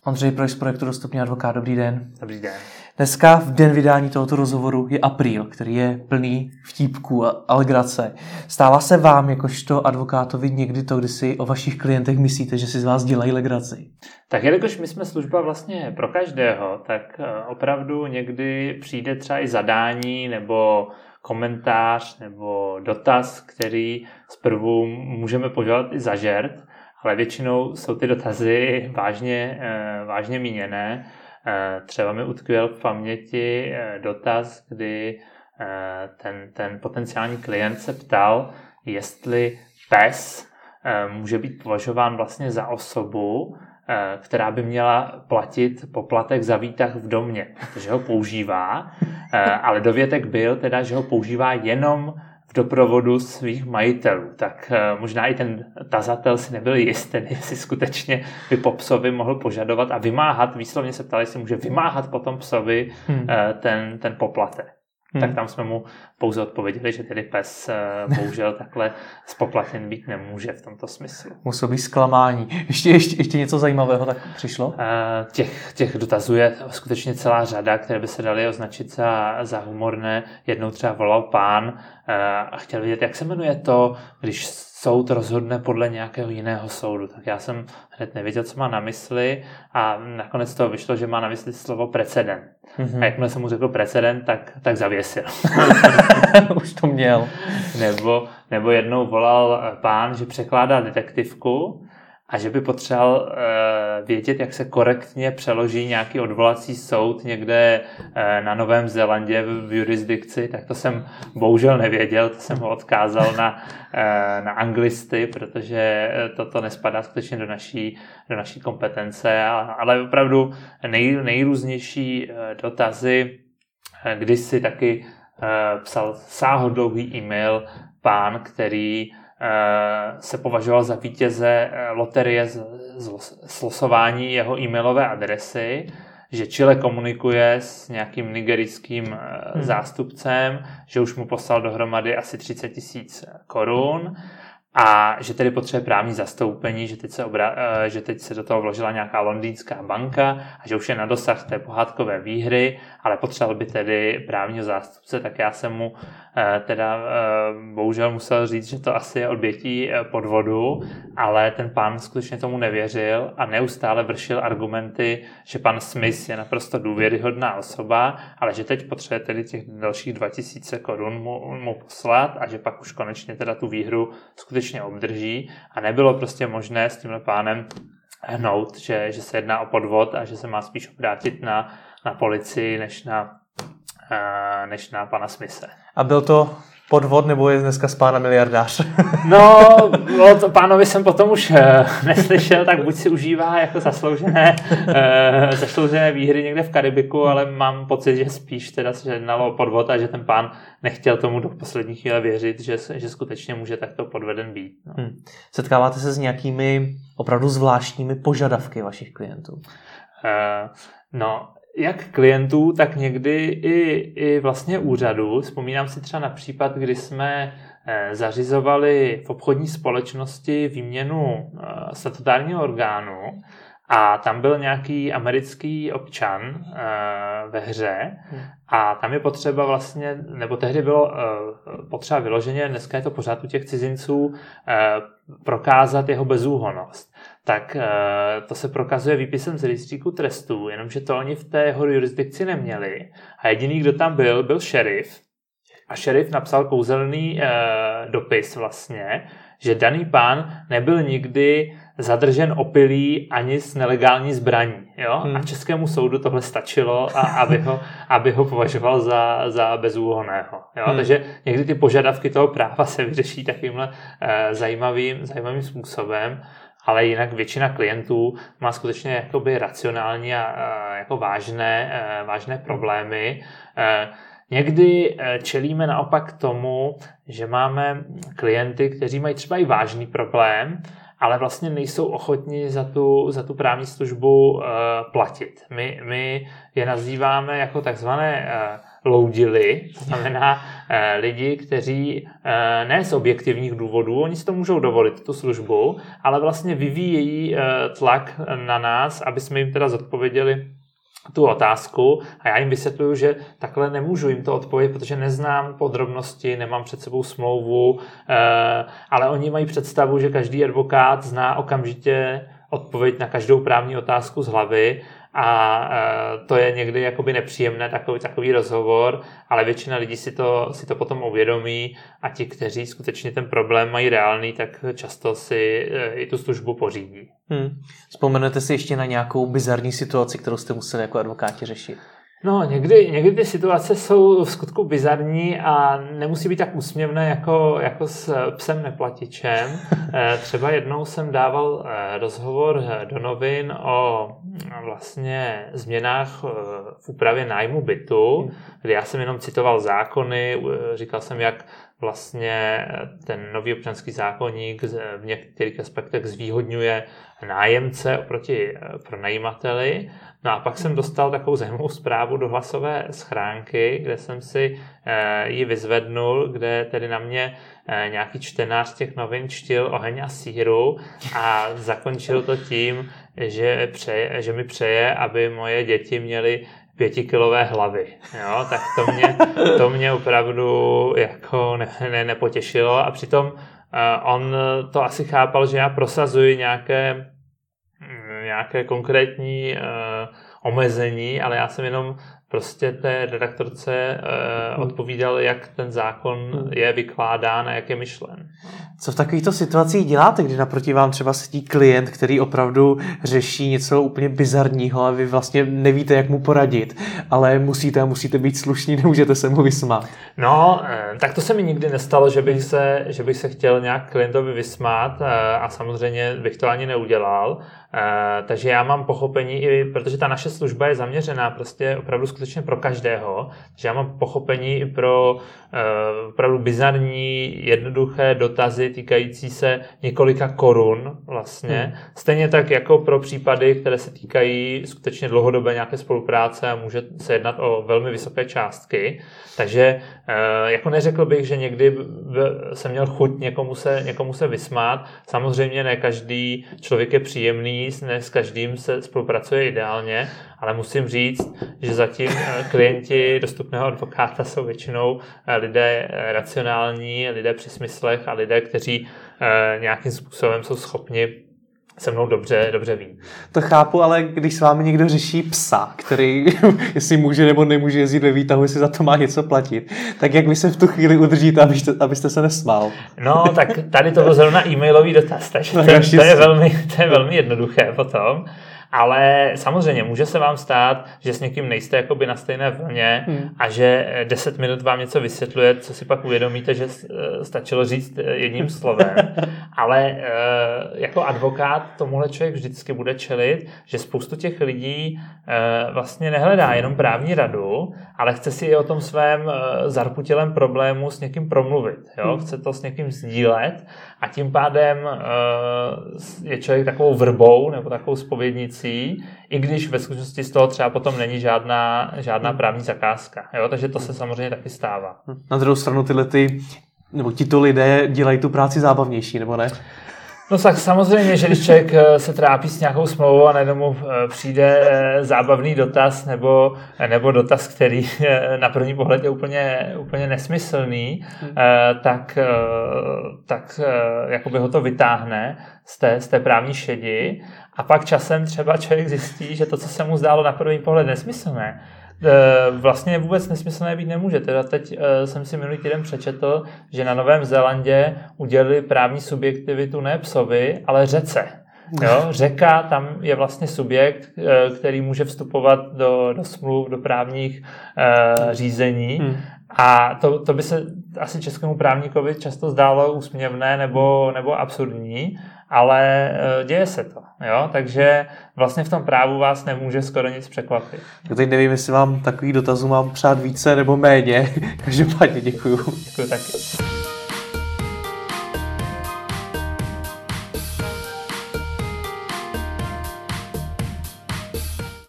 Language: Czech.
Ondřej Projs z projektu Dostupný advokát, dobrý den. Dobrý den. Dneska v den vydání tohoto rozhovoru je apríl, který je plný vtípků a legrace. Stává se vám, jakožto advokátovi, někdy to, kdy si o vašich klientech myslíte, že si z vás dělají legraci? Tak jelikož my jsme služba vlastně pro každého, tak opravdu někdy přijde třeba i zadání nebo komentář nebo dotaz, který zprvu můžeme požádat i za žert, ale většinou jsou ty dotazy vážně míněné. Třeba mi utkvěl v paměti dotaz, kdy ten potenciální klient se ptal, jestli pes může být považován vlastně za osobu, která by měla platit poplatek za výtah v domě, protože ho používá, ale dovětek byl teda, že ho používá jenom v doprovodu svých majitelů. Tak možná i ten tazatel si nebyl jistý, jestli skutečně by po psovi mohl požadovat a vymáhat, výslovně se ptali, jestli může vymáhat potom psovi ten poplatek. Tak tam jsme mu pouze odpověděli, že tedy pes bohužel takhle spoplatněn být nemůže v tomto smyslu. Muselo být zklamání. Ještě něco zajímavého tak přišlo? Těch dotazů je skutečně celá řada, které by se daly označit za humorné. Jednou třeba volal pán a chtěl vědět, jak se jmenuje to, když soud rozhodne podle nějakého jiného soudu. Tak já jsem hned nevěděl, co má na mysli a nakonec toho vyšlo, že má na mysli slovo precedent. Mm-hmm. A jakmile jsem mu řekl precedent, tak zavěsil. Už to měl. Nebo jednou volal pán, že překládá detektivku a že by potřeboval vědět, jak se korektně přeloží nějaký odvolací soud někde na Novém Zélandě v jurisdikci, tak to jsem bohužel nevěděl, to jsem ho odkázal na anglisty, protože toto nespadá skutečně do naší kompetence, ale opravdu nejrůznější dotazy. Kdysi taky psal sáhodlouhý e-mail pán, který se považoval za vítěze loterie z losování jeho e-mailové adresy, že Chile komunikuje s nějakým nigerijským zástupcem, že už mu poslal dohromady asi 30 000 korun a že tedy potřebuje právní zastoupení, že teď se do toho vložila nějaká londýnská banka a že už je na dosah té pohádkové výhry, ale potřeboval by tedy právního zástupce, tak já jsem mu bohužel musel říct, že to asi je odbětí podvodu, ale ten pán skutečně tomu nevěřil a neustále vršil argumenty, že pan Smith je naprosto důvěryhodná osoba, ale že teď potřebuje tedy těch dalších 2000 korun mu poslat a že pak už konečně teda tu výhru skutečně obdrží a nebylo prostě možné s tímhle pánem hnout, že se jedná o podvod a že se má spíš obrátit na policii než na pana Smithe. A byl to podvod, nebo je dneska z pána miliardář? No, od pánovi jsem potom už neslyšel, tak buď si užívá jako zasloužené výhry někde v Karibiku, ale mám pocit, že spíš teda se jednalo o podvod a že ten pán nechtěl tomu do poslední chvíle věřit, že skutečně může takto podveden být. No. Setkáváte se s nějakými opravdu zvláštními požadavky vašich klientů? Jak klientů, tak někdy i vlastně úřadu. Vzpomínám si třeba na případ, kdy jsme zařizovali v obchodní společnosti výměnu statutárního orgánu a tam byl nějaký americký občan ve hře a tam je potřeba vlastně, nebo tehdy bylo potřeba vyloženě, dneska je to pořád u těch cizinců, prokázat jeho bezúhonnost. Tak to se prokazuje výpisem z rejstříku trestů, jenomže to oni v té jeho jurisdikci neměli. A jediný, kdo tam byl šerif. A šerif napsal kouzelný dopis vlastně, že daný pán nebyl nikdy zadržen opilý ani s nelegální zbraní. Jo? A českému soudu tohle stačilo, aby ho považoval za bezúhonného. Jo? Takže někdy ty požadavky toho práva se vyřeší takovýmhle zajímavým způsobem, ale jinak většina klientů má skutečně jakoby racionální a jako vážné problémy. Někdy čelíme naopak tomu, že máme klienty, kteří mají třeba i vážný problém, ale vlastně nejsou ochotni za tu právní službu platit. My je nazýváme jako takzvané loudili, to znamená lidi, kteří ne z objektivních důvodů, oni si to můžou dovolit, tu službu, ale vlastně vyvíjejí tlak na nás, aby jsme jim teda zodpověděli tu otázku a já jim vysvětluju, že takhle nemůžu jim to odpovědět, protože neznám podrobnosti, nemám před sebou smlouvu, ale oni mají představu, že každý advokát zná okamžitě odpověď na každou právní otázku z hlavy a to je někdy jakoby nepříjemné, takový rozhovor, ale většina lidí si to potom uvědomí a ti, kteří skutečně ten problém mají reálný, tak často si i tu službu pořídí. Vzpomenete si ještě na nějakou bizarní situaci, kterou jste museli jako advokáti řešit? No, někdy ty situace jsou v skutku bizarní a nemusí být tak úsměvné jako s psem neplatičem. Třeba jednou jsem dával rozhovor do novin o vlastně změnách v úpravě nájmu bytu, kde já jsem jenom citoval zákony, říkal jsem, jak vlastně ten nový občanský zákoník v některých aspektech zvýhodňuje nájemce oproti pronajímateli. No a pak jsem dostal takovou zajímavou zprávu do hlasové schránky, kde jsem si ji vyzvednul, kde tedy na mě nějaký čtenář těch novin čtil Oheň a síru a zakončil to tím, že mi přeje, aby moje děti měly 5kilové hlavy. Jo, tak to mě opravdu jako nepotěšilo a přitom on to asi chápal, že já prosazuji nějaké konkrétní omezení, ale já jsem jenom prostě té redaktorce odpovídal, jak ten zákon je vykládán a jak je myšlen. Co v takovýchto situacích děláte, kdy naproti vám třeba sedí klient, který opravdu řeší něco úplně bizarního a vy vlastně nevíte, jak mu poradit, ale musíte být slušní, nemůžete se mu vysmát? No, tak to se mi nikdy nestalo, že bych se chtěl nějak klientovi vysmát a samozřejmě bych to ani neudělal. Takže já mám pochopení, i protože ta naše služba je zaměřená prostě opravdu skutečně pro každého, že já mám pochopení i pro opravdu bizarní, jednoduché dotazy týkající se několika korun vlastně. Stejně tak jako pro případy, které se týkají skutečně dlouhodobé nějaké spolupráce a může se jednat o velmi vysoké částky. Takže jako neřekl bych, že někdy jsem měl chuť někomu se vysmát. Samozřejmě ne každý člověk je příjemný, ne s každým se spolupracuje ideálně, ale musím říct, že zatím klienti dostupného advokáta jsou většinou lidé racionální, lidé při smyslech a lidé, kteří nějakým způsobem jsou schopni se mnou dobře ví. To chápu, ale když s vámi někdo řeší psa, který jestli může nebo nemůže jezdit ve výtahu, jestli za to má něco platit, tak jak vy se v tu chvíli udržíte, abyste se nesmál? No, tak tady to byl zrovna e-mailový dotaz, takže to je velmi jednoduché potom. Ale samozřejmě může se vám stát, že s někým nejste jakoby na stejné vlně a že 10 minut vám něco vysvětluje, co si pak uvědomíte, že stačilo říct jedním slovem. Ale jako advokát tomuhle člověk vždycky bude čelit, že spoustu těch lidí vlastně nehledá jenom právní radu, ale chce si i o tom svém zarputilém problému s někým promluvit. Jo? Chce to s někým sdílet a tím pádem je člověk takovou vrbou nebo takovou zpovědnicí, i když ve skutečnosti z toho třeba potom není žádná právní zakázka. Jo? Takže to se samozřejmě taky stává. Na druhou stranu tito lidé dělají tu práci zábavnější, nebo ne? No tak samozřejmě, že když člověk se trápí s nějakou smlouvou a najednou mu přijde zábavný dotaz nebo dotaz, který na první pohled je úplně nesmyslný, tak jakoby ho to vytáhne z té právní šedi a pak časem třeba člověk zjistí, že to, co se mu zdálo na první pohled nesmyslné, vlastně vůbec nesmyslné být nemůže. Teda teď jsem si minulý týden přečetl, že na Novém Zélandě udělili právní subjektivitu ne psovi, ale řece. Jo? Řeka tam je vlastně subjekt, který může vstupovat do smluv, do právních řízení. A to by se asi českému právníkovi často zdálo úsměvné nebo absurdní, ale děje se to. Jo? Takže vlastně v tom právu vás nemůže skoro nic překvapit. Já teď nevím, jestli vám takových dotazů mám přát více nebo méně. Každopádně děkuju. Děkuju taky.